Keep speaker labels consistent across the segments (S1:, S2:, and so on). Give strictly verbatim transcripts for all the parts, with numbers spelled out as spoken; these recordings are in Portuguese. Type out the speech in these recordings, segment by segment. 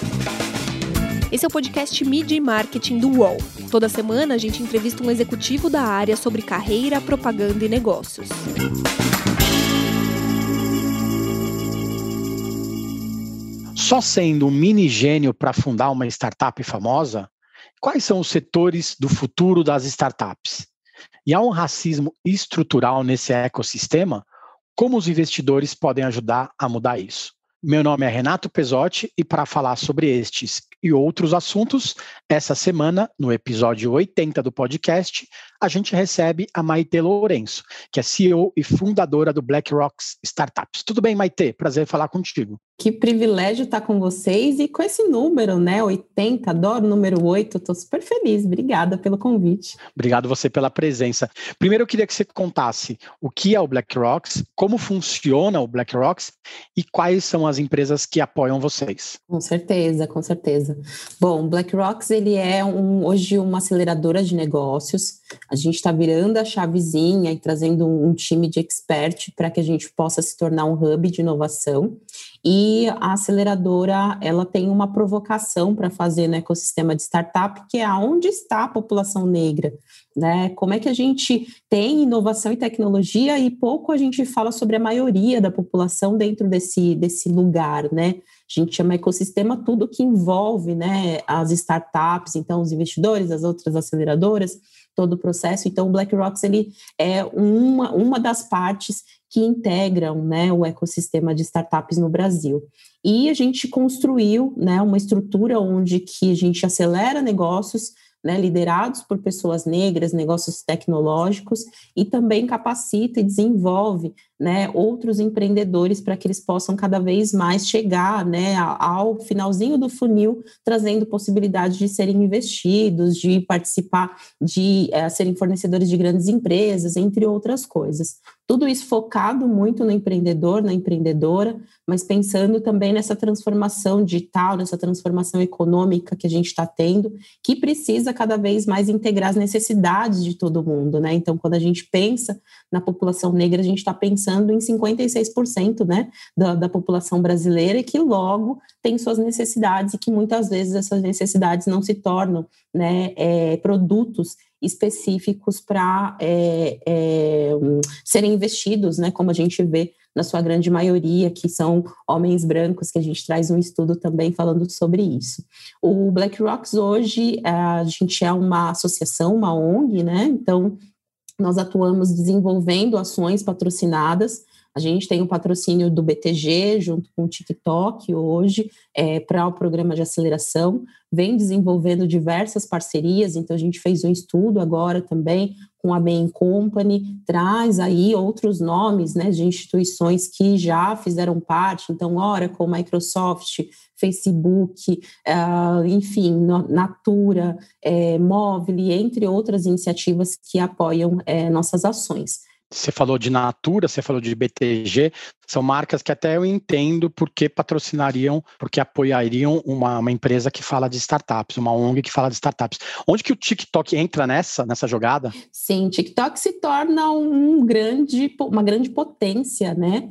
S1: Esse é o podcast Mídia e Marketing do U O L. Toda semana a gente entrevista um executivo da área sobre carreira, propaganda e negócios.
S2: Só sendo um mini gênio para fundar uma startup famosa, quais são os setores do futuro das startups? E há um racismo estrutural nesse ecossistema? Como os investidores podem ajudar a mudar isso? Meu nome é Renato Pesotti e para falar sobre estes e outros assuntos, essa semana, no episódio oitenta do podcast, a gente recebe a Maite Lourenço, que é C E O e fundadora do BlackRock Startups. Tudo bem, Maite? Prazer falar contigo.
S3: Que privilégio estar com vocês e com esse número, né? oitenta, adoro o número oito, estou super feliz. Obrigada pelo convite.
S2: Obrigado você pela presença. Primeiro eu queria que você contasse o que é o BlackRock, como funciona o BlackRock e quais são as empresas que apoiam vocês.
S3: Com certeza, com certeza. Bom, o BlackRock, ele é um, hoje uma aceleradora de negócios. A gente está virando a chavezinha e trazendo um, um time de expert para que a gente possa se tornar um hub de inovação. E a aceleradora, ela tem uma provocação para fazer no ecossistema de startup, que é onde está a população negra, né? Como é que a gente tem inovação e tecnologia e pouco a gente fala sobre a maioria da população dentro desse, desse lugar, né? A gente chama ecossistema tudo que envolve, né, as startups, então os investidores, as outras aceleradoras, todo o processo. Então o BlackRock, ele é uma, uma das partes que integram, né, o ecossistema de startups no Brasil. E a gente construiu, né, uma estrutura onde que a gente acelera negócios, né, liderados por pessoas negras, negócios tecnológicos, e também capacita e desenvolve, né, outros empreendedores para que eles possam cada vez mais chegar, né, ao finalzinho do funil, trazendo possibilidades de serem investidos, de participar, de é, serem fornecedores de grandes empresas, entre outras coisas. Tudo isso focado muito no empreendedor, na empreendedora, mas pensando também nessa transformação digital, nessa transformação econômica que a gente está tendo, que precisa cada vez mais integrar as necessidades de todo mundo, né? Então, quando a gente pensa na população negra, a gente está pensando em cinquenta e seis por cento, né, da, da população brasileira e que logo tem suas necessidades e que muitas vezes essas necessidades não se tornam, né, é, produtos específicos para é, é, serem investidos, né, como a gente vê na sua grande maioria, que são homens brancos, que a gente traz um estudo também falando sobre isso. O BlackRock hoje, a gente é uma associação, uma O N G, né, então nós atuamos desenvolvendo ações patrocinadas. A gente tem o patrocínio do B T G junto com o TikTok hoje é, para o programa de aceleração, vem desenvolvendo diversas parcerias, então a gente fez um estudo agora também com a Bain Company, traz aí outros nomes, né, de instituições que já fizeram parte, então Oracle, Microsoft, Facebook, uh, enfim, Natura, é, Movile, entre outras iniciativas que apoiam é, nossas ações.
S2: Você falou de Natura, você falou de B T G, são marcas que até eu entendo porque patrocinariam, porque apoiariam uma, uma empresa que fala de startups, uma O N G que fala de startups. Onde que o TikTok entra nessa, nessa jogada?
S3: Sim, o TikTok se torna um grande, uma grande potência, né?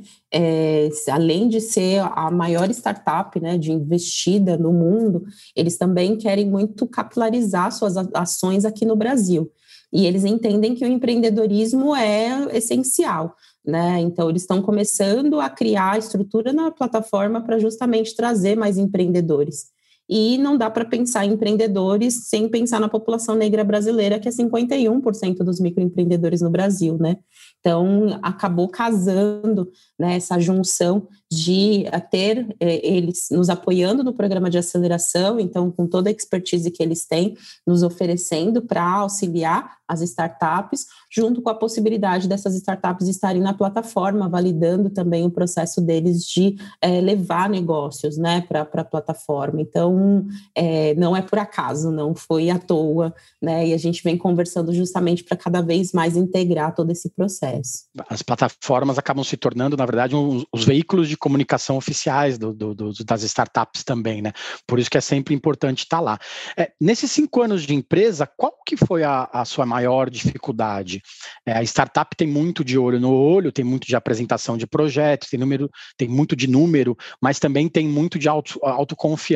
S3: É, além de ser a maior startup, né, de investida no mundo, eles também querem muito capilarizar suas ações aqui no Brasil. E eles entendem que o empreendedorismo é essencial, né? Então, eles estão começando a criar estrutura na plataforma para justamente trazer mais empreendedores. E não dá para pensar em empreendedores sem pensar na população negra brasileira, que é cinquenta e um por cento dos microempreendedores no Brasil, né? Então, acabou casando, né, essa junção de ter eh, eles nos apoiando no programa de aceleração, então, com toda a expertise que eles têm, nos oferecendo para auxiliar as startups, junto com a possibilidade dessas startups estarem na plataforma, validando também o processo deles de eh, levar negócios, né, para a plataforma. Então, eh, não é por acaso, não foi à toa, né, e a gente vem conversando justamente para cada vez mais integrar todo esse processo.
S2: As plataformas acabam se tornando, na verdade, um, os veículos de comunicação oficiais do, do, do, das startups também, né? Por isso que é sempre importante estar lá. É, nesses cinco anos de empresa, qual que foi a, a sua maior dificuldade? É, a startup tem muito de olho no olho, tem muito de apresentação de projetos, tem, número, tem muito de número, mas também tem muito de auto, autoconfiança.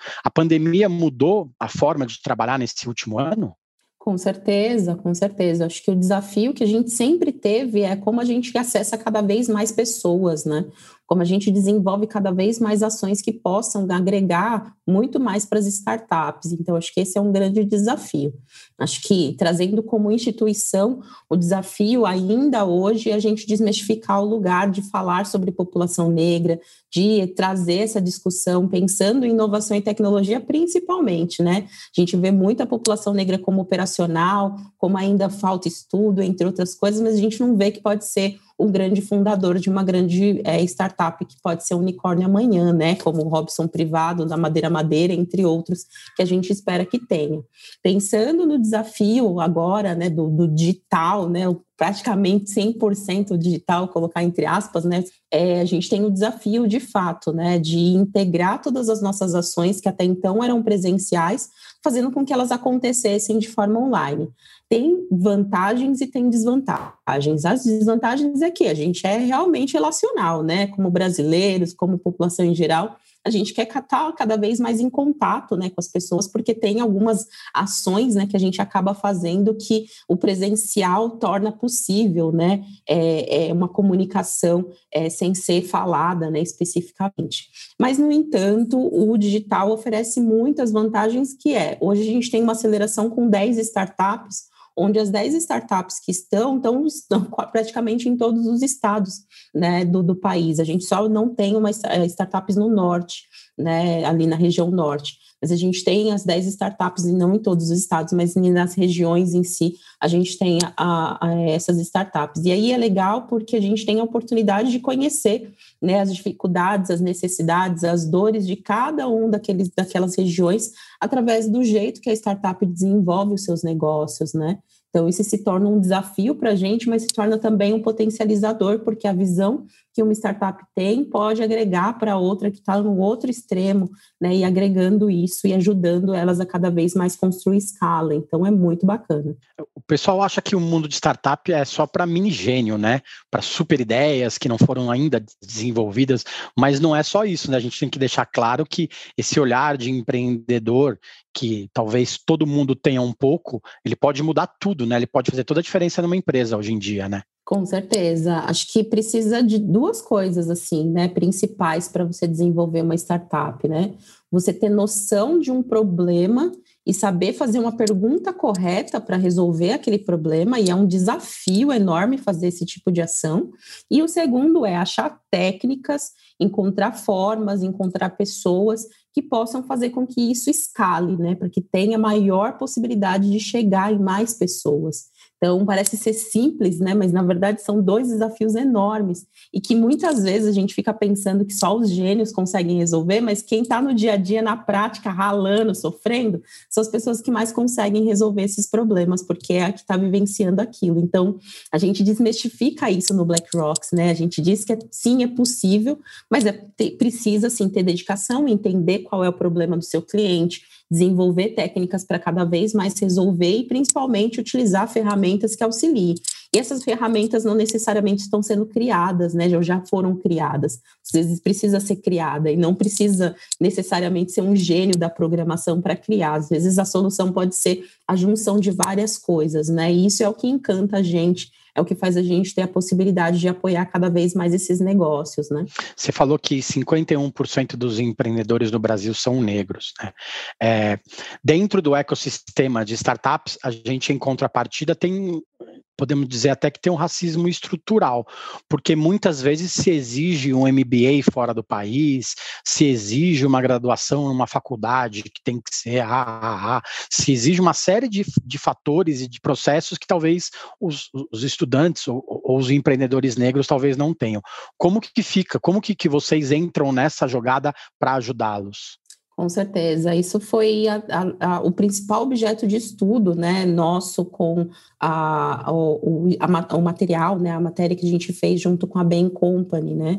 S2: A pandemia mudou a forma de trabalhar nesse último ano?
S3: Com certeza, com certeza. Acho que o desafio que a gente sempre teve é como a gente acessa cada vez mais pessoas, né? Como a gente desenvolve cada vez mais ações que possam agregar muito mais para as startups. Então, acho que esse é um grande desafio. Acho que, trazendo como instituição, o desafio ainda hoje é a gente desmistificar o lugar de falar sobre população negra, de trazer essa discussão, pensando em inovação e tecnologia principalmente, né? A gente vê muita população negra como operacional, como ainda falta estudo, entre outras coisas, mas a gente não vê que pode ser o grande fundador de uma grande é, startup que pode ser um unicórnio amanhã, né? Como o Robson Privado, da Madeira Madeira, entre outros, que a gente espera que tenha. Pensando no desafio agora, né, do, do digital, né, praticamente cem por cento digital, colocar entre aspas, né, é, a gente tem o desafio, de fato, né, de integrar todas as nossas ações que até então eram presenciais, fazendo com que elas acontecessem de forma online. Tem vantagens e tem desvantagens. As desvantagens é que a gente é realmente relacional, né? Como brasileiros, como população em geral, a gente quer estar cada vez mais em contato, né, com as pessoas, porque tem algumas ações, né, que a gente acaba fazendo que o presencial torna possível, né, é, é uma comunicação é, sem ser falada, né, especificamente. Mas, no entanto, o digital oferece muitas vantagens, que é, hoje a gente tem uma aceleração com dez startups, onde as dez startups que estão, estão, estão praticamente em todos os estados, né, do, do país. A gente só não tem uma startups no norte, né, ali na região norte. Mas a gente tem as dez startups, e não em todos os estados, mas nas regiões em si, a gente tem a, a essas startups. E aí é legal porque a gente tem a oportunidade de conhecer, né, as dificuldades, as necessidades, as dores de cada um daqueles, daquelas regiões, através do jeito que a startup desenvolve os seus negócios, né? Então, isso se torna um desafio para a gente, mas se torna também um potencializador, porque a visão que uma startup tem pode agregar para outra que está no outro extremo, né, e agregando isso e ajudando elas a cada vez mais construir escala. Então, é muito bacana.
S2: O pessoal acha que o mundo de startup é só para mini gênio, né? Para super ideias que não foram ainda desenvolvidas, mas não é só isso, né? A gente tem que deixar claro que esse olhar de empreendedor, que talvez todo mundo tenha um pouco, ele pode mudar tudo, né? Ele pode fazer toda a diferença numa empresa hoje em dia, né?
S3: Com certeza. Acho que precisa de duas coisas, assim, né, principais para você desenvolver uma startup, né? Você ter noção de um problema e saber fazer uma pergunta correta para resolver aquele problema, e é um desafio enorme fazer esse tipo de ação. E o segundo é achar técnicas, encontrar formas, encontrar pessoas que possam fazer com que isso escale, né, para que tenha maior possibilidade de chegar em mais pessoas. Então, parece ser simples, né? Mas, na verdade, são dois desafios enormes e que muitas vezes a gente fica pensando que só os gênios conseguem resolver, mas quem está no dia a dia, na prática, ralando, sofrendo, são as pessoas que mais conseguem resolver esses problemas, porque é a que está vivenciando aquilo. Então, a gente desmistifica isso no BlackRock, né? A gente diz que, é, sim, é possível, mas é, te, precisa, sim, ter dedicação, entender qual é o problema do seu cliente, desenvolver técnicas para cada vez mais resolver e, principalmente, utilizar ferramentas que auxiliem. E essas ferramentas não necessariamente estão sendo criadas, né? Já foram criadas. Às vezes precisa ser criada e não precisa necessariamente ser um gênio da programação para criar. Às vezes a solução pode ser a junção de várias coisas, né? E isso é o que encanta a gente, é o que faz a gente ter a possibilidade de apoiar cada vez mais esses negócios, né?
S2: Você falou que cinquenta e um por cento dos empreendedores no Brasil são negros, né? É, dentro do ecossistema de startups, a gente, em contrapartida, tem, podemos dizer até que tem um racismo estrutural, porque muitas vezes se exige um M B A fora do país, se exige uma graduação numa faculdade que tem que ser, ah, ah, ah, se exige uma série de, de fatores e de processos que talvez os, os estudantes ou, ou os empreendedores negros talvez não tenham. Como que fica? Como que, que vocês entram nessa jogada para ajudá-los?
S3: Com certeza, isso foi a, a, a, o principal objeto de estudo, né, nosso com a, o, a, o material, né, a matéria que a gente fez junto com a Bain Company, né,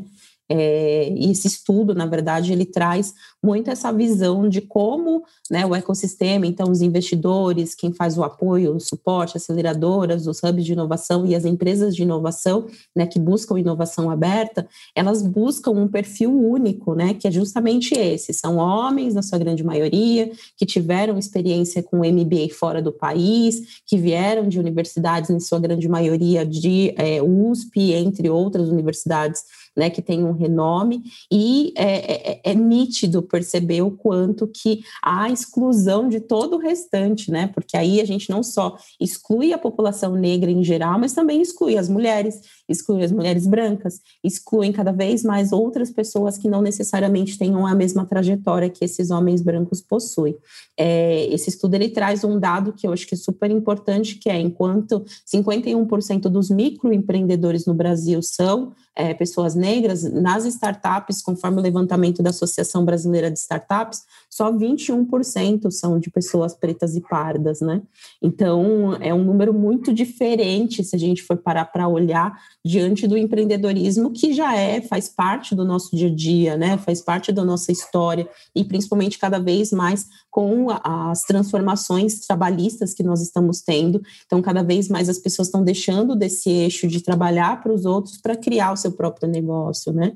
S3: É, e esse estudo, na verdade, ele traz muito essa visão de como, né, o ecossistema, então os investidores, quem faz o apoio, o suporte, aceleradoras, os hubs de inovação e as empresas de inovação, né, que buscam inovação aberta, elas buscam um perfil único, né, que é justamente esse, são homens, na sua grande maioria, que tiveram experiência com M B A fora do país, que vieram de universidades, em sua grande maioria, de é, U S P, entre outras universidades, né, que tem um renome, e é, é, é nítido perceber o quanto que há exclusão de todo o restante, né, porque aí a gente não só exclui a população negra em geral, mas também exclui as mulheres, exclui as mulheres brancas, excluem cada vez mais outras pessoas que não necessariamente tenham a mesma trajetória que esses homens brancos possuem. É, esse estudo, ele traz um dado que eu acho que é super importante, que é, enquanto cinquenta e um por cento dos microempreendedores no Brasil são é, pessoas negras, nas startups, conforme o levantamento da Associação Brasileira de Startups, só vinte e um por cento são de pessoas pretas e pardas, né? Então, é um número muito diferente se a gente for parar para olhar diante do empreendedorismo, que já é, faz parte do nosso dia a dia, né? Faz parte da nossa história, e principalmente cada vez mais com as transformações trabalhistas que nós estamos tendo. Então, cada vez mais as pessoas estão deixando desse eixo de trabalhar para os outros para criar o seu próprio negócio, né?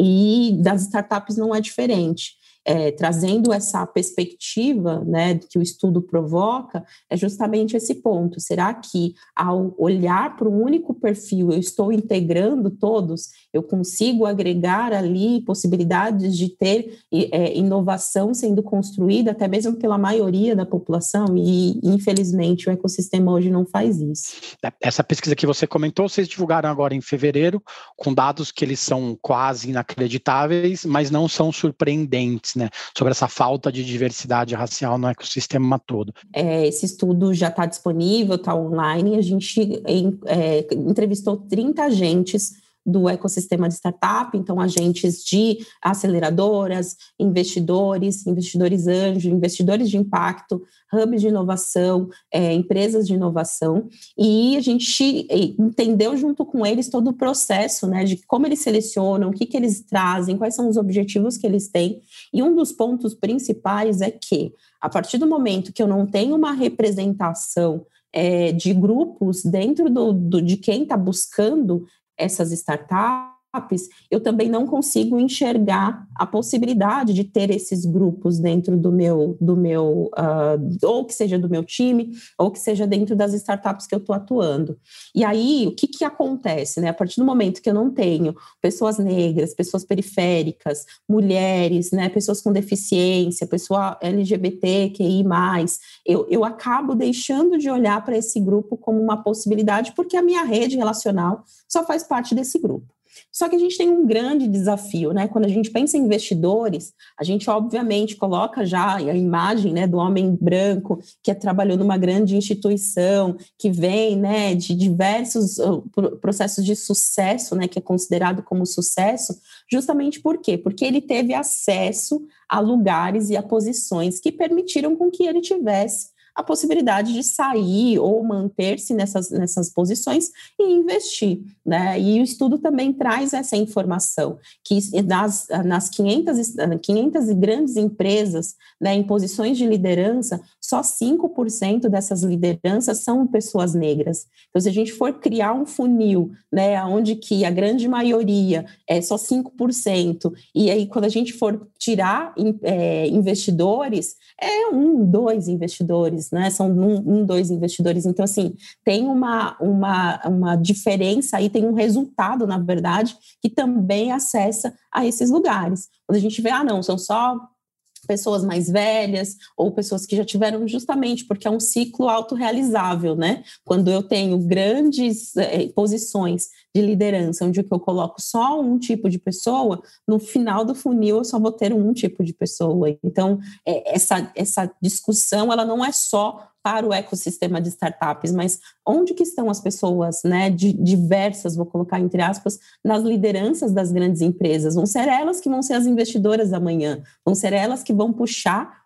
S3: E das startups não é diferente. É, trazendo essa perspectiva, né, que o estudo provoca, é justamente esse ponto. Será que, ao olhar para um único perfil, eu estou integrando todos? Eu consigo agregar ali possibilidades de ter é, inovação sendo construída, até mesmo pela maioria da população? E, infelizmente, o ecossistema hoje não faz isso.
S2: Essa pesquisa que você comentou, vocês divulgaram agora em fevereiro, com dados que eles são quase inacreditáveis, mas não são surpreendentes, né, sobre essa falta de diversidade racial no ecossistema todo.
S3: É, esse estudo já está disponível, está online. A gente é, entrevistou trinta agentes do ecossistema de startup, então agentes de aceleradoras, investidores, investidores anjo, investidores de impacto, hubs de inovação, é, empresas de inovação, e a gente entendeu junto com eles todo o processo, né, de como eles selecionam, o que, que eles trazem, quais são os objetivos que eles têm, e um dos pontos principais é que, a partir do momento que eu não tenho uma representação é, de grupos dentro do, do, de quem está buscando essas startups, eu também não consigo enxergar a possibilidade de ter esses grupos dentro do meu, do meu uh, ou que seja do meu time, ou que seja dentro das startups que eu estou atuando. E aí, o que, que acontece, né? A partir do momento que eu não tenho pessoas negras, pessoas periféricas, mulheres, né, pessoas com deficiência, pessoa L G B T Q I mais, eu, eu acabo deixando de olhar para esse grupo como uma possibilidade, porque a minha rede relacional só faz parte desse grupo. Só que a gente tem um grande desafio, né? Quando a gente pensa em investidores, a gente obviamente coloca já a imagem, né, do homem branco que trabalhou numa grande instituição, que vem, né, de diversos uh, processos de sucesso, né, que é considerado como sucesso, justamente por quê? Porque ele teve acesso a lugares e a posições que permitiram com que ele tivesse a possibilidade de sair ou manter-se nessas, nessas posições e investir, né? E o estudo também traz essa informação, que nas, nas quinhentas, quinhentas grandes empresas, né, em posições de liderança, só cinco por cento dessas lideranças são pessoas negras. Então, se a gente for criar um funil, né, onde que a grande maioria é só cinco por cento, e aí quando a gente for tirar é, investidores, é um, dois investidores, né? São um, um, dois investidores. Então, assim, tem uma, uma, uma diferença aí, tem um resultado, na verdade, que também acessa a esses lugares. Quando a gente vê, ah, não, são só pessoas mais velhas ou pessoas que já tiveram, justamente porque é um ciclo autorrealizável, né? Quando eu tenho grandes eh, posições de liderança, onde eu coloco só um tipo de pessoa, no final do funil eu só vou ter um tipo de pessoa. Então, eh, essa, essa discussão, ela não é só para o ecossistema de startups, mas onde que estão as pessoas, né, diversas, vou colocar entre aspas, nas lideranças das grandes empresas? Vão ser elas que vão ser as investidoras amanhã, vão ser elas que vão puxar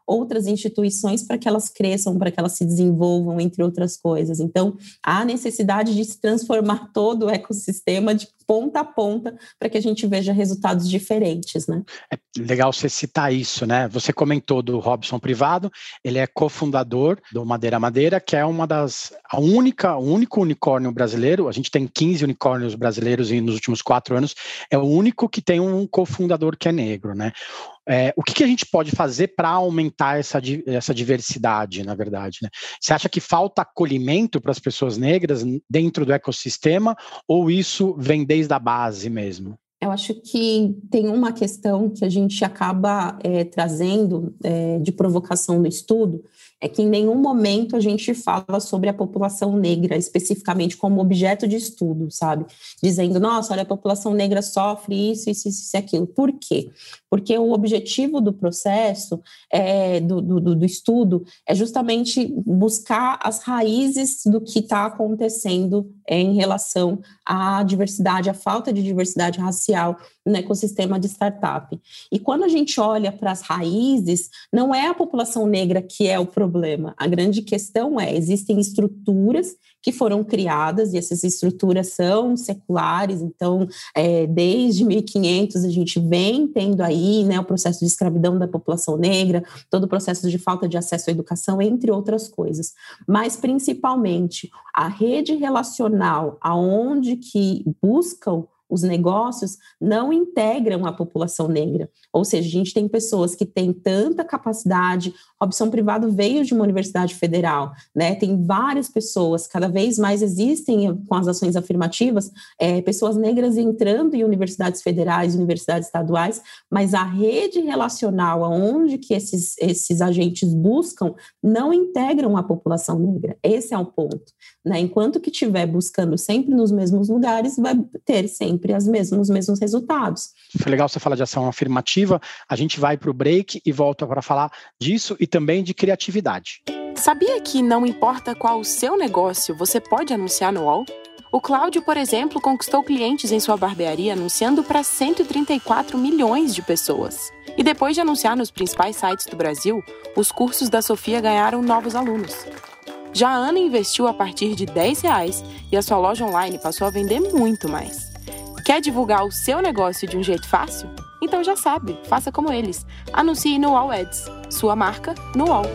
S3: outras instituições para que elas cresçam, para que elas se desenvolvam, entre outras coisas. Então, há necessidade de se transformar todo o ecossistema de ponta a ponta para que a gente veja resultados diferentes, né?
S2: É legal você citar isso, né? Você comentou do Robson Privado, ele é cofundador do Madeira Madeira, que é uma das, a única, o único unicórnio brasileiro, a gente tem quinze unicórnios brasileiros e nos últimos quatro anos, é o único que tem um cofundador que é negro, né? É, o que, que a gente pode fazer para aumentar essa, essa diversidade, na verdade, né? Você acha que falta acolhimento para as pessoas negras dentro do ecossistema ou isso vem desde a base mesmo?
S3: Eu acho que tem uma questão que a gente acaba é, trazendo é, de provocação no estudo, é que em nenhum momento a gente fala sobre a população negra especificamente como objeto de estudo, sabe? Dizendo, nossa, olha, a população negra sofre isso, isso, isso e aquilo. Por quê? Porque o objetivo do processo, é, do, do, do estudo, é justamente buscar as raízes do que está acontecendo em relação à diversidade, à falta de diversidade racial no ecossistema de startup. E quando a gente olha para as raízes, não é a população negra que é o problema. A grande questão é, existem estruturas que foram criadas, e essas estruturas são seculares, então, é, desde mil e quinhentos a gente vem tendo aí, né, o processo de escravidão da população negra, todo o processo de falta de acesso à educação, entre outras coisas. Mas, principalmente, a rede relacional, aonde que buscam os negócios, não integram a população negra. Ou seja, a gente tem pessoas que têm tanta capacidade. Robson Privado veio de uma universidade federal, né? Tem várias pessoas, cada vez mais existem, com as ações afirmativas, é, pessoas negras entrando em universidades federais, universidades estaduais, mas a rede relacional, aonde que esses, esses agentes buscam, não integram a população negra. Esse é o ponto, né? Enquanto que estiver buscando sempre nos mesmos lugares, vai ter sempre as mesmas, os mesmos resultados.
S2: Foi legal você falar de ação afirmativa. A gente vai para o break e volta para falar disso e também de criatividade.
S4: Sabia que não importa qual o seu negócio, você pode anunciar no U O L? O Cláudio, por exemplo, conquistou clientes em sua barbearia anunciando para cento e trinta e quatro milhões de pessoas. E depois de anunciar nos principais sites do Brasil, os cursos da Sofia ganharam novos alunos. Já a Ana investiu a partir de dez reais e a sua loja online passou a vender muito mais. Quer divulgar o seu negócio de um jeito fácil? Então já sabe, faça como eles. Anuncie no U O L Ads. Sua marca no U O L.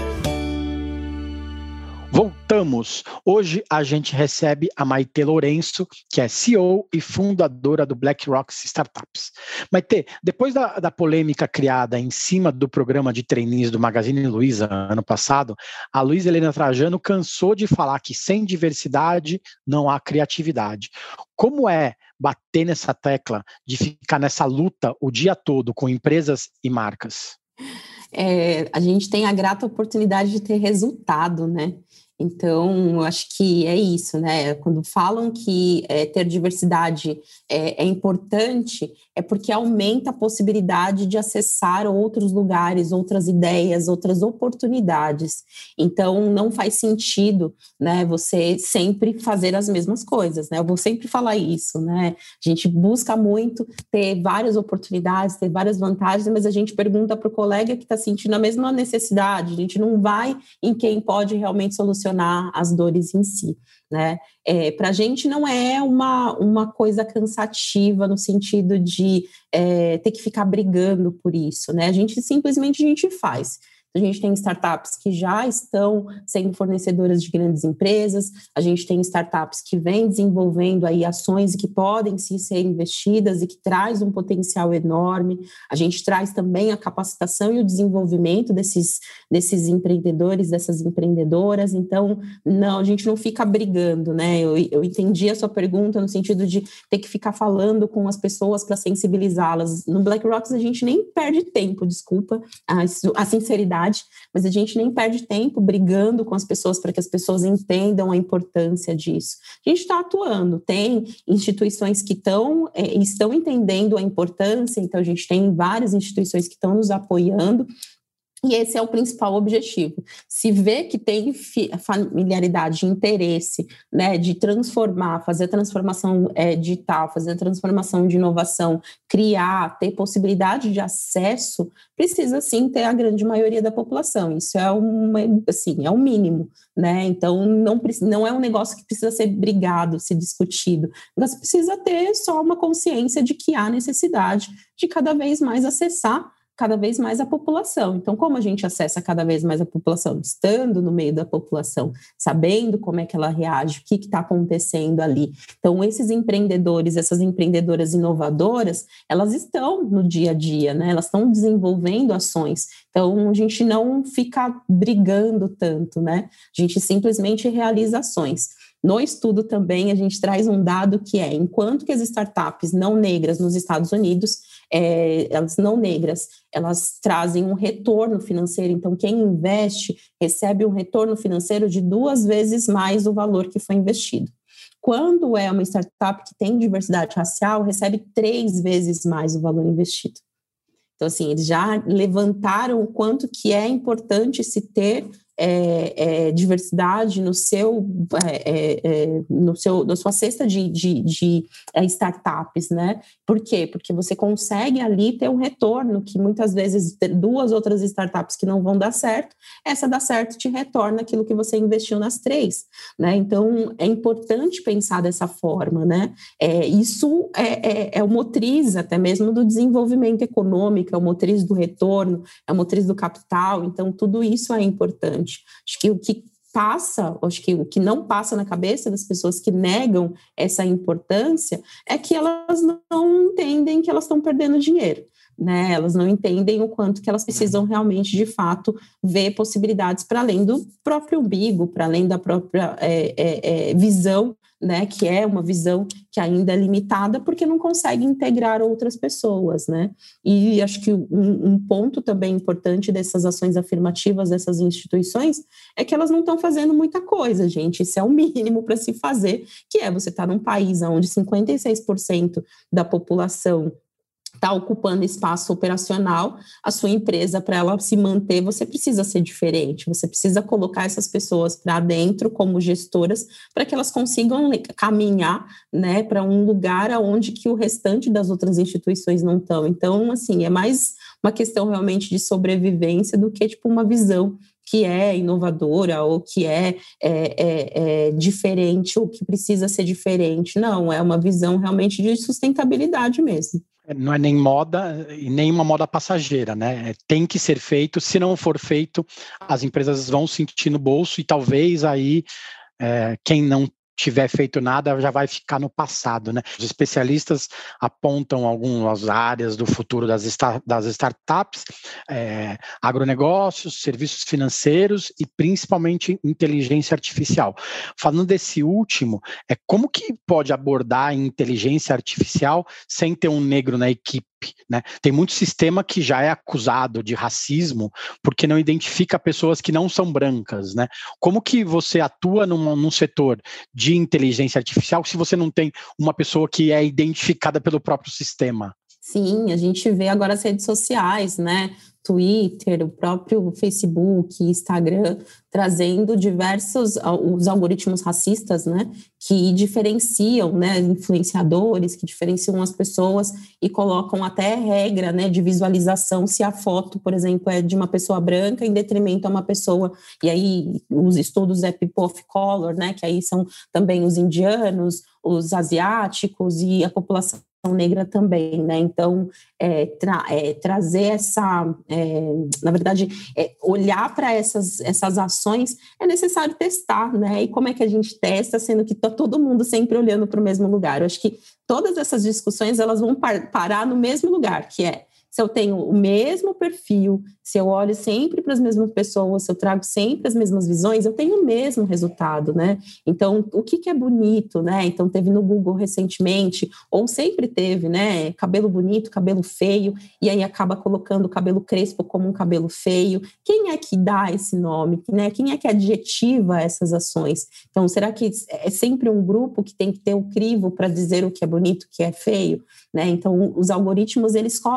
S2: Voltamos. Hoje a gente recebe a Maite Lourenço, que é C E O e fundadora do BlackRock Startups. Maite, depois da, da polêmica criada em cima do programa de trainees do Magazine Luiza ano passado, a Luiza Helena Trajano cansou de falar que sem diversidade não há criatividade. Como é bater nessa tecla de ficar nessa luta o dia todo com empresas e marcas?
S3: É, a gente tem a grata oportunidade de ter resultado, né? Então, eu acho que é isso, né? Quando falam que é, ter diversidade é, é importante, é porque aumenta a possibilidade de acessar outros lugares, outras ideias, outras oportunidades. Então, não faz sentido, né, você sempre fazer as mesmas coisas, né? Eu vou sempre falar isso, né? A gente busca muito ter várias oportunidades, ter várias vantagens, mas a gente pergunta para o colega que está sentindo a mesma necessidade, a gente não vai em quem pode realmente solucionar as dores em si, né? É, para a gente não é uma, uma coisa cansativa no sentido de é, ter que ficar brigando por isso, né? A gente simplesmente a gente faz. A gente tem startups que já estão sendo fornecedoras de grandes empresas, a gente tem startups que vêm desenvolvendo aí ações que podem sim ser investidas e que traz um potencial enorme. A gente traz também a capacitação e o desenvolvimento desses, desses empreendedores, dessas empreendedoras. Então, não, a gente não fica brigando, né? Eu, eu entendi a sua pergunta no sentido de ter que ficar falando com as pessoas para sensibilizá-las. No BlackRock a gente nem perde tempo, desculpa a, a sinceridade, mas a gente nem perde tempo brigando com as pessoas para que as pessoas entendam a importância disso. A gente está atuando, tem instituições que tão, é, estão entendendo a importância, então a gente tem várias instituições que estão nos apoiando. E esse é o principal objetivo. Se vê que tem familiaridade, interesse, né, de transformar, fazer transformação é, digital, fazer transformação de inovação, criar, ter possibilidade de acesso, precisa sim ter a grande maioria da população. Isso é, uma, assim, é o mínimo, né? Então, não, não é um negócio que precisa ser brigado, ser discutido. O negócio precisa ter só uma consciência de que há necessidade de cada vez mais acessar cada vez mais a população. Então, como a gente acessa cada vez mais a população? Estando no meio da população, sabendo como é que ela reage, o que está acontecendo ali. Então, esses empreendedores, essas empreendedoras inovadoras, elas estão no dia a dia, né? Elas estão desenvolvendo ações. Então, a gente não fica brigando tanto, né? A gente simplesmente realiza ações. No estudo também a gente traz um dado que é, enquanto que as startups não negras nos Estados Unidos, é, elas não negras, elas trazem um retorno financeiro, então quem investe recebe um retorno financeiro de duas vezes mais o valor que foi investido. Quando é uma startup que tem diversidade racial, recebe três vezes mais o valor investido. Então, assim, eles já levantaram o quanto que é importante se ter é, é, diversidade no seu, é, é, no seu, na sua cesta de, de, de é, startups, né? Por quê? Porque você consegue ali ter um retorno que muitas vezes duas outras startups que não vão dar certo, essa dá certo te retorna aquilo que você investiu nas três, né? Então, é importante pensar dessa forma, né? É, isso é, é, é o motriz até mesmo do desenvolvimento econômico, é o motriz do retorno, é o motriz do capital, então tudo isso é importante. Acho que o que passa, acho que o que não passa na cabeça das pessoas que negam essa importância é que elas não entendem que elas estão perdendo dinheiro, né? Elas não entendem o quanto que elas precisam realmente, de fato, ver possibilidades para além do próprio umbigo, para além da própria é, é, é, visão, né, que é uma visão que ainda é limitada porque não consegue integrar outras pessoas, né? E acho que um, um ponto também importante dessas ações afirmativas dessas instituições é que elas não estão fazendo muita coisa, gente. Isso é o mínimo para se fazer, que é você estar num país onde cinquenta e seis por cento da população está ocupando espaço operacional, a sua empresa, para ela se manter, você precisa ser diferente, você precisa colocar essas pessoas para dentro como gestoras, para que elas consigam caminhar, né, para um lugar onde que o restante das outras instituições não estão. Então, assim, é mais uma questão realmente de sobrevivência do que, tipo, uma visão que é inovadora ou que é, é, é, é diferente ou que precisa ser diferente. Não, é uma visão realmente de sustentabilidade mesmo.
S2: Não é nem moda e nem uma moda passageira, né? Tem que ser feito. Se não for feito, as empresas vão sentir no bolso e talvez aí é, quem não tiver feito nada já vai ficar no passado, né? Os especialistas apontam algumas áreas do futuro das, start, das startups, é, agronegócios, serviços financeiros e principalmente inteligência artificial. Falando desse último, é como que pode abordar a inteligência artificial sem ter um negro na equipe? Né? Tem muito sistema que já é acusado de racismo porque não identifica pessoas que não são brancas, né? Como que você atua num, num setor de inteligência artificial se você não tem uma pessoa que é identificada pelo próprio sistema?
S3: Sim, a gente vê agora as redes sociais, né? Twitter, o próprio Facebook, Instagram, trazendo diversos os algoritmos racistas, né, que diferenciam, né, influenciadores, que diferenciam as pessoas e colocam até regra, né, de visualização se a foto, por exemplo, é de uma pessoa branca em detrimento a uma pessoa, e aí os estudos é people of color, né, que aí são também os indianos, os asiáticos e a população negra também, né? Então, é, tra- é, trazer essa, é, na verdade, é, olhar para essas, essas ações é necessário testar, né? E como é que a gente testa, sendo que está todo mundo sempre olhando para o mesmo lugar? Eu acho que todas essas discussões, elas vão par- parar no mesmo lugar, que é, se eu tenho o mesmo perfil, se eu olho sempre para as mesmas pessoas, se eu trago sempre as mesmas visões, eu tenho o mesmo resultado, né? Então, o que, que é bonito, né? Então, teve no Google recentemente, ou sempre teve, né? Cabelo bonito, cabelo feio, e aí acaba colocando o cabelo crespo como um cabelo feio. Quem é que dá esse nome, né? Quem é que adjetiva essas ações? Então, será que é sempre um grupo que tem que ter o crivo para dizer o que é bonito, o que é feio, né? Então, os algoritmos, eles só, só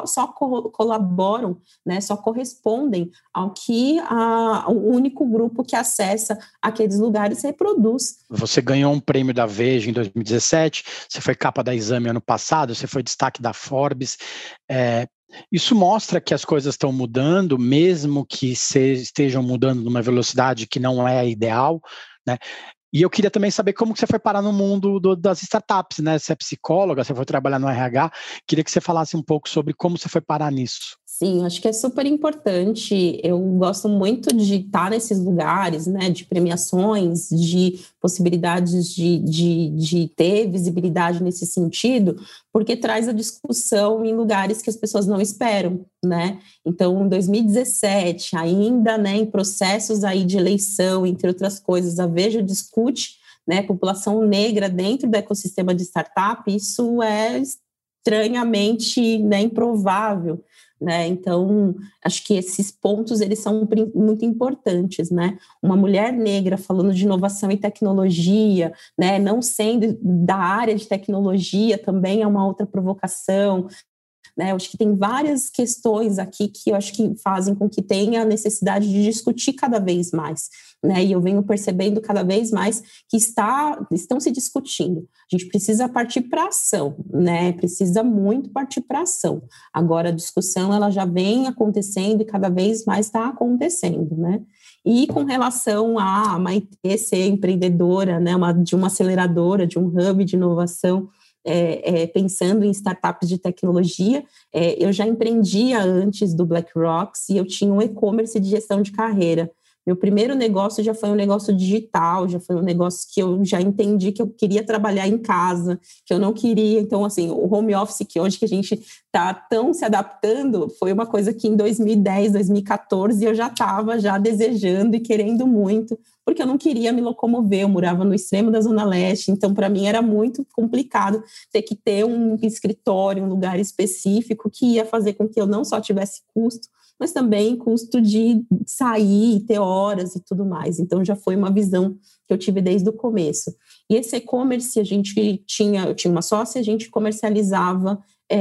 S3: co- colaboram, né, só correspondem ao que a, o único grupo que acessa aqueles lugares reproduz.
S2: Você ganhou um prêmio da Veja em dois mil e dezessete, você foi capa da Exame ano passado, você foi destaque da Forbes. É, isso mostra que as coisas estão mudando, mesmo que se, estejam mudando numa velocidade que não é a ideal, né? E eu queria também saber como que você foi parar no mundo do, das startups, né? Você é psicóloga, você foi trabalhar no R H, queria que você falasse um pouco sobre como você foi parar nisso.
S3: Sim, acho que é super importante. Eu gosto muito de estar nesses lugares, né, de premiações, de possibilidades de, de, de ter visibilidade nesse sentido, porque traz a discussão em lugares que as pessoas não esperam, né? Então, em dois mil e dezessete, ainda, né, em processos aí de eleição, entre outras coisas, a Veja discute, né, população negra dentro do ecossistema de startup. Isso é estranhamente, né, improvável. Né? Então, acho que esses pontos eles são muito importantes, né? Uma mulher negra falando de inovação e tecnologia, né? Não sendo da área de tecnologia também é uma outra provocação. Né, eu acho que tem várias questões aqui que eu acho que fazem com que tenha a necessidade de discutir cada vez mais, né, e eu venho percebendo cada vez mais que está, estão se discutindo. A gente precisa partir para ação, né, precisa muito partir para ação. Agora a discussão ela já vem acontecendo e cada vez mais está acontecendo, né. E com relação a Maitê ser empreendedora, né, uma, de uma aceleradora, de um hub de inovação, É, é, pensando em startups de tecnologia, é, eu já empreendia antes do BlackRock e eu tinha um e-commerce de gestão de carreira. Meu primeiro negócio já foi um negócio digital, já foi um negócio que eu já entendi que eu queria trabalhar em casa, que eu não queria. Então, assim, o home office que hoje que a gente está tão se adaptando, foi uma coisa que em dois mil e dez, dois mil e catorze eu já estava já desejando e querendo muito, porque eu não queria me locomover, eu morava no extremo da Zona Leste, então para mim era muito complicado ter que ter um escritório, um lugar específico que ia fazer com que eu não só tivesse custo, mas também custo de sair, ter horas e tudo mais. Então já foi uma visão que eu tive desde o começo. E esse e-commerce, a gente tinha, eu tinha uma sócia, a gente comercializava é,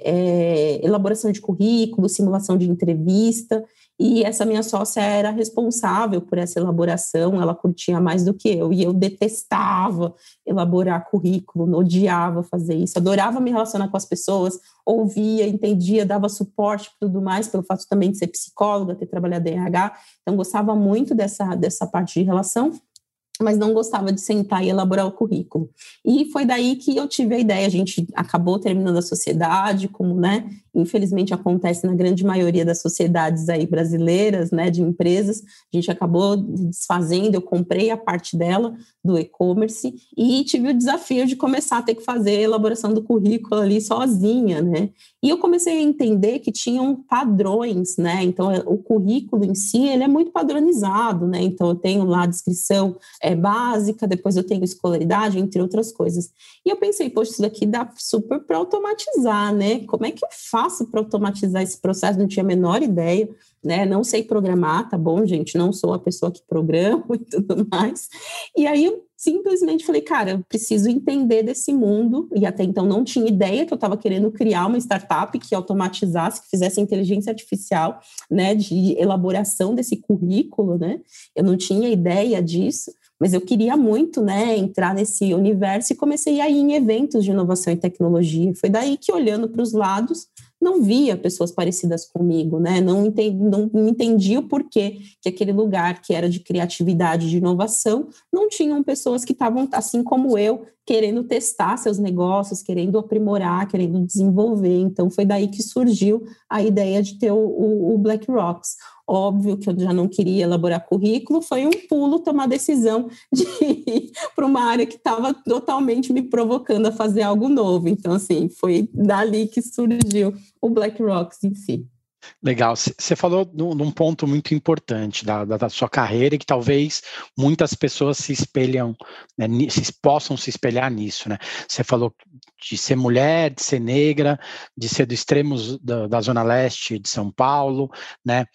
S3: é, elaboração de currículo, simulação de entrevista, e essa minha sócia era responsável por essa elaboração, ela curtia mais do que eu, e eu detestava elaborar currículo, odiava fazer isso, adorava me relacionar com as pessoas, ouvia, entendia, dava suporte e tudo mais, pelo fato também de ser psicóloga, ter trabalhado em R H, então gostava muito dessa, dessa parte de relação, mas não gostava de sentar e elaborar o currículo. E foi daí que eu tive a ideia, a gente acabou terminando a sociedade, como, né, infelizmente acontece na grande maioria das sociedades aí brasileiras, né, de empresas, a gente acabou desfazendo, eu comprei a parte dela, do e-commerce, e tive o desafio de começar a ter que fazer a elaboração do currículo ali sozinha, né, e eu comecei a entender que tinham padrões, né, então o currículo em si, ele é muito padronizado, né, então eu tenho lá a descrição é, básica, depois eu tenho escolaridade, entre outras coisas. E eu pensei, poxa, isso daqui dá super para automatizar, né? Como é que eu faço para automatizar esse processo? Não tinha a menor ideia, né? Não sei programar, tá bom, gente? Não sou a pessoa que programa e tudo mais. E aí eu simplesmente falei, cara, eu preciso entender desse mundo, e até então não tinha ideia que eu estava querendo criar uma startup que automatizasse, que fizesse inteligência artificial, né, de elaboração desse currículo, né? Eu não tinha ideia disso, mas eu queria muito, né, entrar nesse universo e comecei a ir em eventos de inovação e tecnologia. Foi daí que, olhando para os lados, não via pessoas parecidas comigo, né? Não entendi, não, não entendi o porquê que aquele lugar que era de criatividade, de inovação, não tinham pessoas que estavam, assim como eu, querendo testar seus negócios, querendo aprimorar, querendo desenvolver. Então, foi daí que surgiu a ideia de ter o, o, o BlackRock. Óbvio que eu já não queria elaborar currículo, foi um pulo tomar a decisão de ir para uma área que estava totalmente me provocando a fazer algo novo. Então, assim, foi dali que surgiu o BlackRock em si.
S2: Legal, você falou de um ponto muito importante da, da, da sua carreira e que talvez muitas pessoas se espelham, né, se, possam se espelhar nisso, né? Você falou de ser mulher, de ser negra, de ser do extremo da, da Zona Leste de São Paulo, né?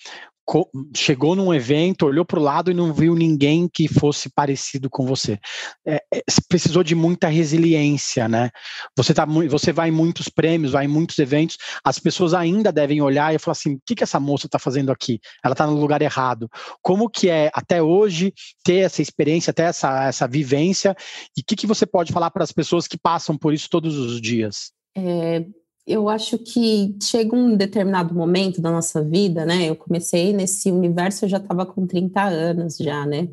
S2: chegou num evento, olhou para o lado e não viu ninguém que fosse parecido com você. É, é, precisou de muita resiliência, né? Você, tá, você vai em muitos prêmios, vai em muitos eventos, as pessoas ainda devem olhar e falar assim, o que, que essa moça está fazendo aqui? Ela está no lugar errado. Como que é, até hoje, ter essa experiência, ter essa, essa vivência, e o que, que você pode falar para as pessoas que passam por isso todos os dias?
S3: É... Eu acho que chega um determinado momento da nossa vida, né? Eu comecei nesse universo, eu já estava com trinta anos já, né?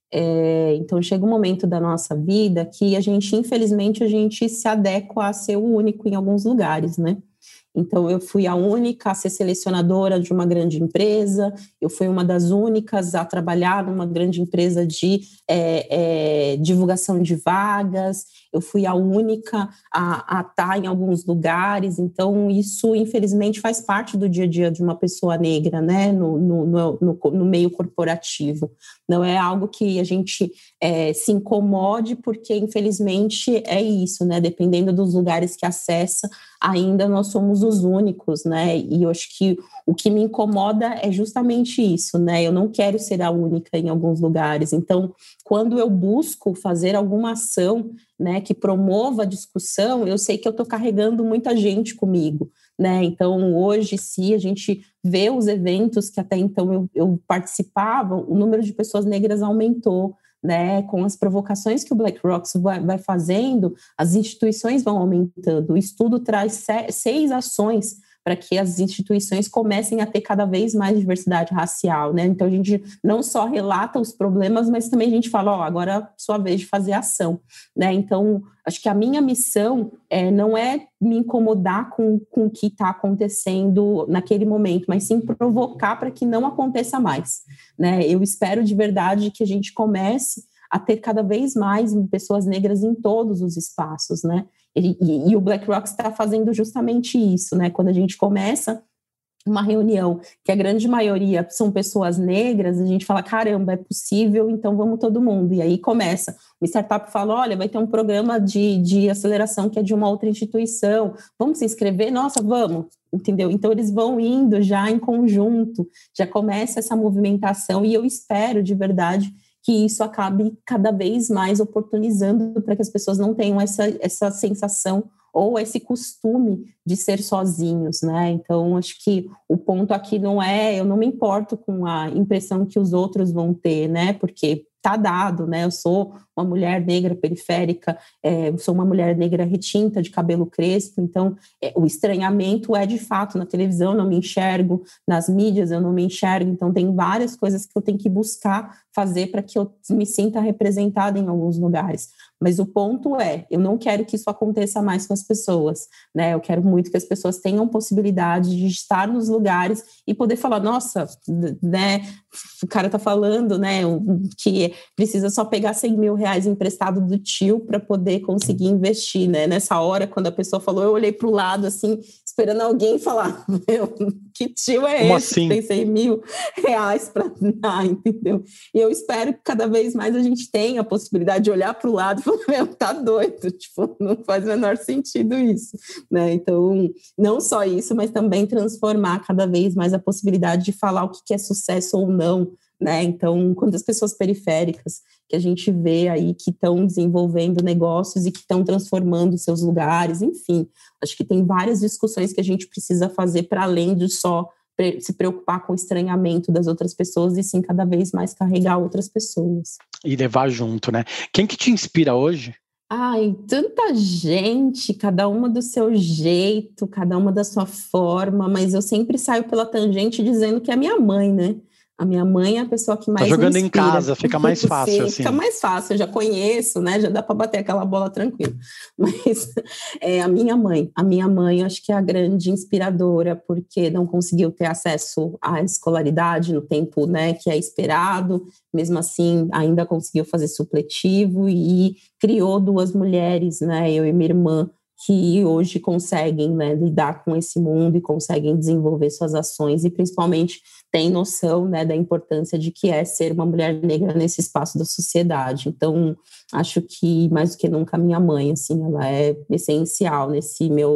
S3: É, então chega um momento da nossa vida que a gente, infelizmente, a gente se adequa a ser o único em alguns lugares, né? Então, eu fui a única a ser selecionadora de uma grande empresa, eu fui uma das únicas a trabalhar numa grande empresa de é, é, divulgação de vagas, eu fui a única a, a estar em alguns lugares. Então, isso, infelizmente, faz parte do dia a dia de uma pessoa negra, né, no, no, no, no meio corporativo. Não é algo que a gente é, se incomode, porque, infelizmente, é isso, né, dependendo dos lugares que acessa, ainda nós somos os únicos, né, e eu acho que o que me incomoda é justamente isso, né, eu não quero ser a única em alguns lugares. Então, quando eu busco fazer alguma ação, né, que promova a discussão, eu sei que eu estou carregando muita gente comigo, né, então hoje, se a gente vê os eventos que até então eu, eu participava, o número de pessoas negras aumentou, né, com as provocações que o Black Rocks vai, vai fazendo, as instituições vão aumentando. O estudo traz se, seis ações para que as instituições comecem a ter cada vez mais diversidade racial, né? Então a gente não só relata os problemas, mas também a gente fala, ó, agora é a sua vez de fazer ação, né? Então acho que a minha missão é, não é me incomodar com, com o que está acontecendo naquele momento, mas sim provocar para que não aconteça mais, né? Eu espero de verdade que a gente comece a ter cada vez mais pessoas negras em todos os espaços, né? E, e, e o Black Rocks está fazendo justamente isso, né? Quando a gente começa uma reunião que a grande maioria são pessoas negras, a gente fala, caramba, é possível, então vamos todo mundo. E aí começa, o startup fala, olha, vai ter um programa de, de aceleração que é de uma outra instituição, vamos se inscrever? Nossa, vamos, entendeu? Então eles vão indo já em conjunto, já começa essa movimentação, e eu espero de verdade que isso acabe cada vez mais oportunizando para que as pessoas não tenham essa, essa sensação ou esse costume de ser sozinhos, né? Então, acho que o ponto aqui não é, eu não me importo com a impressão que os outros vão ter, né? Porque tá dado, né? Eu sou uma mulher negra periférica, é, eu sou uma mulher negra retinta, de cabelo crespo, então é, o estranhamento é de fato na televisão, eu não me enxergo, nas mídias eu não me enxergo, então tem várias coisas que eu tenho que buscar fazer para que eu me sinta representada em alguns lugares. Mas o ponto é, eu não quero que isso aconteça mais com as pessoas, né? Eu quero muito que as pessoas tenham possibilidade de estar nos lugares e poder falar, nossa, né? O cara tá falando, né? Que precisa só pegar cem mil reais emprestado do tio para poder conseguir investir, né? Nessa hora, quando a pessoa falou, eu olhei para o lado, assim, esperando alguém falar, meu, que tio é
S2: Como
S3: esse
S2: assim?
S3: que tem cem mil reais para dar, entendeu? E eu espero que cada vez mais a gente tenha a possibilidade de olhar para o lado e falar, meu, tá doido, tipo, não faz o menor sentido isso, né? Então, não só isso, mas também transformar cada vez mais a possibilidade de falar o que é sucesso ou não, né? Então, quantas pessoas periféricas que a gente vê aí que estão desenvolvendo negócios e que estão transformando seus lugares, enfim, acho que tem várias discussões que a gente precisa fazer para além de só se preocupar com o estranhamento das outras pessoas e sim cada vez mais carregar outras pessoas.
S2: E levar junto, né? Quem que te inspira hoje?
S3: Ai, tanta gente, cada uma do seu jeito, cada uma da sua forma, mas eu sempre saio pela tangente dizendo que é minha mãe, né? A minha mãe é a pessoa que mais
S2: tá jogando
S3: me inspira.
S2: Em casa, fica mais fácil.
S3: Sim,
S2: assim.
S3: Fica mais fácil, eu já conheço, né? Já dá para bater aquela bola tranquilo. Mas é, a minha mãe, a minha mãe, eu acho que é a grande inspiradora, porque não conseguiu ter acesso à escolaridade no tempo, né, que é esperado, mesmo assim ainda conseguiu fazer supletivo e criou duas mulheres, né? Eu e minha irmã, que hoje conseguem, né, lidar com esse mundo e conseguem desenvolver suas ações e principalmente têm noção, né, da importância de que é ser uma mulher negra nesse espaço da sociedade. Então, acho que mais do que nunca a minha mãe, assim, ela é essencial nesse meu,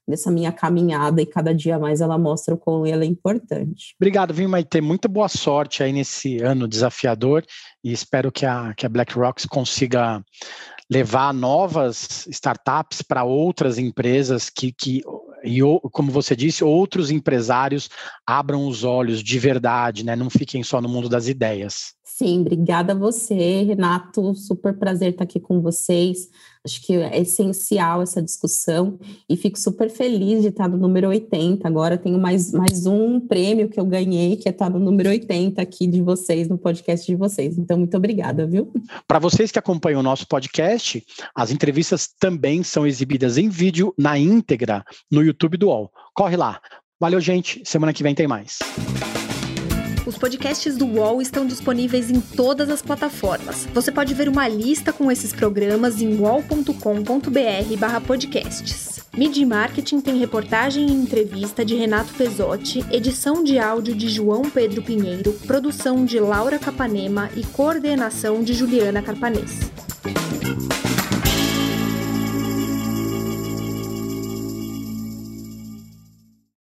S3: nessa minha caminhada, e cada dia mais ela mostra o quão ela é importante.
S2: Obrigado, viu, Maitê? Muita boa sorte aí nesse ano desafiador e espero que a, que a BlackRock consiga levar novas startups para outras empresas que, que e, como você disse, outros empresários abram os olhos de verdade, né? Não fiquem só no mundo das ideias.
S3: Sim, obrigada a você, Renato. Super prazer estar aqui com vocês. Acho que é essencial essa discussão e fico super feliz de estar no número oitenta. Agora eu tenho mais, mais um prêmio que eu ganhei, que é estar no número oitenta aqui de vocês, no podcast de vocês. Então, muito obrigada, viu?
S2: Para vocês que acompanham o nosso podcast, as entrevistas também são exibidas em vídeo na íntegra no YouTube do U O L. Corre lá. Valeu, gente. Semana que vem tem mais.
S1: Os podcasts do U O L estão disponíveis em todas as plataformas. Você pode ver uma lista com esses programas em uol ponto com ponto br barra podcasts. Media Marketing tem reportagem e entrevista de Renato Pezzotti, edição de áudio de João Pedro Pinheiro, produção de Laura Capanema e coordenação de Juliana Carpanês.